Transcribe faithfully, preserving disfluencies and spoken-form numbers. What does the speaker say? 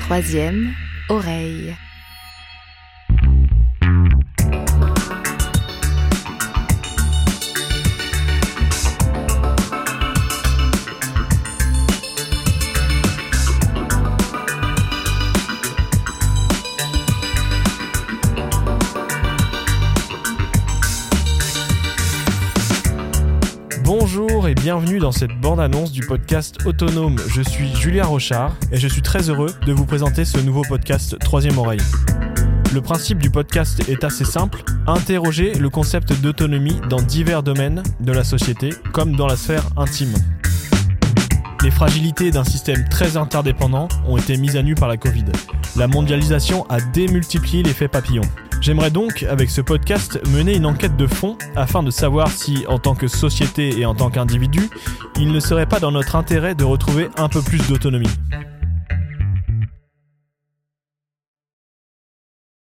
Troisième oreille. Bonjour et bienvenue dans cette bande-annonce du podcast Autonome. Je suis Julien Rochard et je suis très heureux de vous présenter ce nouveau podcast Troisième oreille. Le principe du podcast est assez simple, interroger le concept d'autonomie dans divers domaines de la société, comme dans la sphère intime. Les fragilités d'un système très interdépendant ont été mises à nu par la Covid. La mondialisation a démultiplié l'effet papillon. J'aimerais donc, avec ce podcast, mener une enquête de fond afin de savoir si, en tant que société et en tant qu'individu, il ne serait pas dans notre intérêt de retrouver un peu plus d'autonomie.